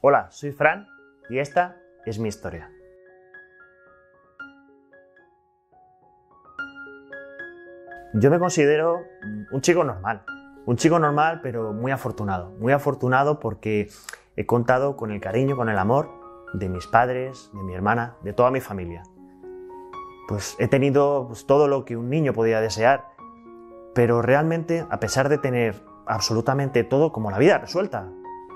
Hola, soy Fran y esta es mi historia. Yo me considero un chico normal pero muy afortunado porque he contado con el cariño, con el amor de mis padres, de mi hermana, de toda mi familia. Pues he tenido todo lo que un niño podía desear, pero realmente, a pesar de tener absolutamente todo como la vida resuelta,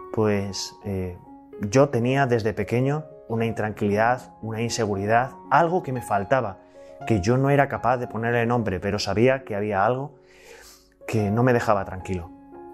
yo tenía desde pequeño una intranquilidad, una inseguridad, algo que me faltaba, que yo no era capaz de ponerle nombre, pero sabía que había algo que no me dejaba tranquilo.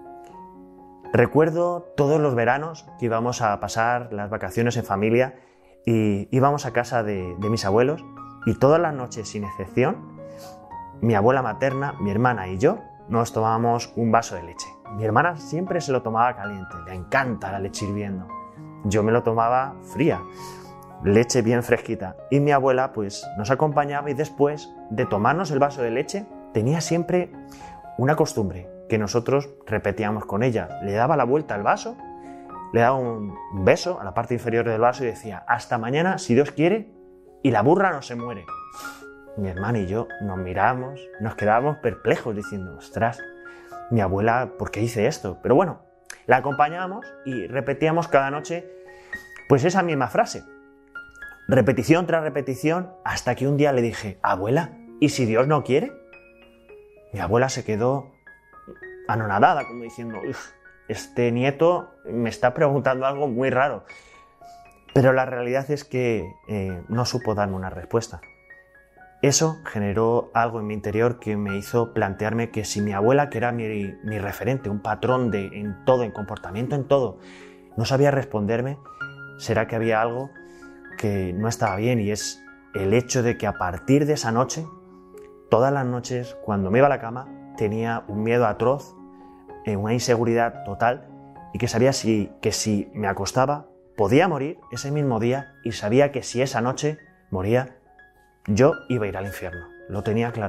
Recuerdo todos los veranos que íbamos a pasar las vacaciones en familia y íbamos a casa de mis abuelos, y todas las noches, sin excepción, mi abuela materna, mi hermana y yo nos tomábamos un vaso de leche. Mi hermana siempre se lo tomaba caliente, le encanta la leche hirviendo. Yo me lo tomaba fría, leche bien fresquita. Y mi abuela nos acompañaba, y después de tomarnos el vaso de leche tenía siempre una costumbre que nosotros repetíamos con ella. Le daba la vuelta al vaso, le daba un beso a la parte inferior del vaso y decía: hasta mañana, si Dios quiere, y la burra no se muere. Mi hermana y yo nos miramos, nos quedábamos perplejos diciendo: ostras, mi abuela, ¿por qué dice esto? Pero bueno, la acompañábamos y repetíamos cada noche esa misma frase. Repetición tras repetición, hasta que un día le dije: abuela, ¿y si Dios no quiere? Mi abuela se quedó anonadada, como diciendo: este nieto me está preguntando algo muy raro. Pero la realidad es que no supo darme una respuesta. Eso generó algo en mi interior que me hizo plantearme que si mi abuela, que era mi referente, un patrón en todo, en comportamiento, en todo, no sabía responderme, será que había algo que no estaba bien, y es el hecho de que a partir de esa noche, todas las noches cuando me iba a la cama, tenía un miedo atroz, una inseguridad total, y que sabía que si me acostaba podía morir ese mismo día, y sabía que si esa noche moría, yo iba a ir al infierno. Lo tenía claro.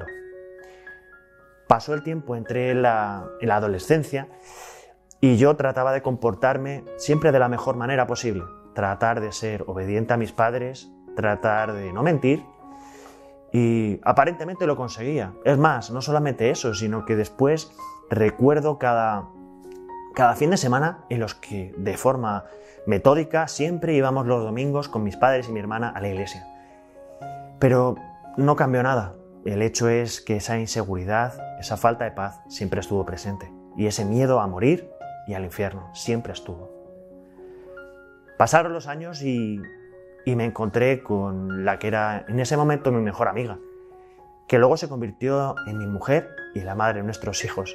Pasó el tiempo, entré en la adolescencia, y yo trataba de comportarme siempre de la mejor manera posible. Tratar de ser obediente a mis padres, tratar de no mentir, y aparentemente lo conseguía. Es más, no solamente eso, sino que después recuerdo cada fin de semana en los que de forma metódica siempre íbamos los domingos con mis padres y mi hermana a la iglesia. Pero no cambió nada. El hecho es que esa inseguridad, esa falta de paz siempre estuvo presente, y ese miedo a morir y al infierno siempre estuvo. Pasaron los años y me encontré con la que era en ese momento mi mejor amiga, que luego se convirtió en mi mujer y la madre de nuestros hijos.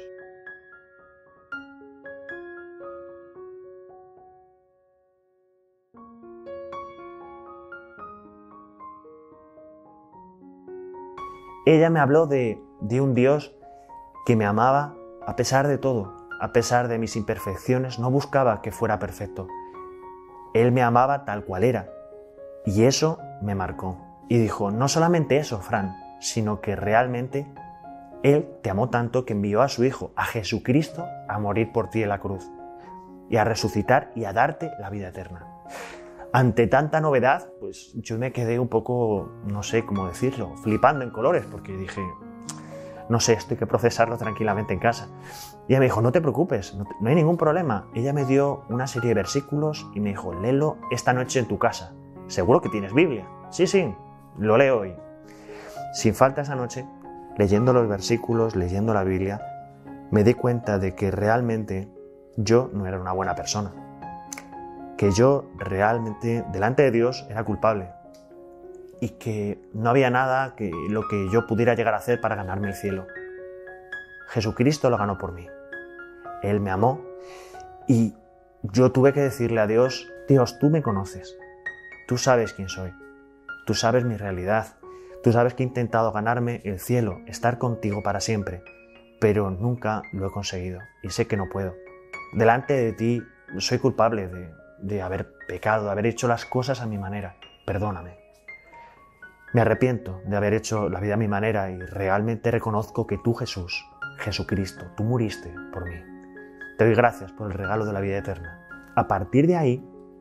Ella me habló de un Dios que me amaba a pesar de todo, a pesar de mis imperfecciones. No buscaba que fuera perfecto. Él me amaba tal cual era, y eso me marcó. Y dijo: no solamente eso, Fran, sino que realmente Él te amó tanto que envió a su Hijo, a Jesucristo, a morir por ti en la cruz, y a resucitar y a darte la vida eterna. Ante tanta novedad, yo me quedé un poco, no sé cómo decirlo, flipando en colores, porque dije: no sé, esto hay que procesarlo tranquilamente en casa. Y ella me dijo: no te preocupes, no hay ningún problema. Ella me dio una serie de versículos y me dijo: léelo esta noche en tu casa. ¿Seguro que tienes Biblia? Sí, lo leo hoy. Sin falta, esa noche, leyendo los versículos, leyendo la Biblia, me di cuenta de que realmente yo no era una buena persona. Que yo realmente, delante de Dios, era culpable, y que no había nada lo que yo pudiera llegar a hacer para ganarme el cielo. Jesucristo lo ganó por mí. Él me amó, y yo tuve que decirle a Dios: Dios, tú me conoces, tú sabes quién soy, tú sabes mi realidad, tú sabes que he intentado ganarme el cielo, estar contigo para siempre, pero nunca lo he conseguido, y sé que no puedo. Delante de ti soy culpable de haber pecado, de haber hecho las cosas a mi manera. Perdóname. Me arrepiento de haber hecho la vida a mi manera, y realmente reconozco que tú, Jesús, Jesucristo, tú muriste por mí. Te doy gracias por el regalo de la vida eterna. A partir de ahí,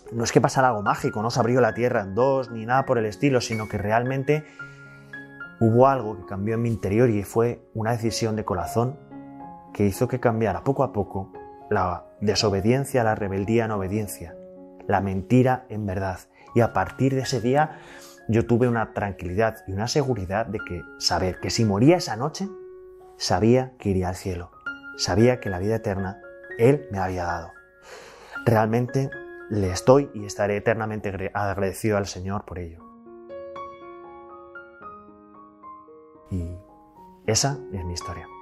no es que pasara algo mágico, no se abrió la tierra en dos, ni nada por el estilo, sino que realmente hubo algo que cambió en mi interior y fue una decisión de corazón que hizo que cambiara poco a poco la desobediencia a la rebeldía en obediencia, la mentira en verdad. Y a partir de ese día yo tuve una tranquilidad y una seguridad de que saber que si moría esa noche, sabía que iría al cielo, sabía que la vida eterna Él me había dado. Realmente le estoy y estaré eternamente agradecido al Señor por ello. Y esa es mi historia.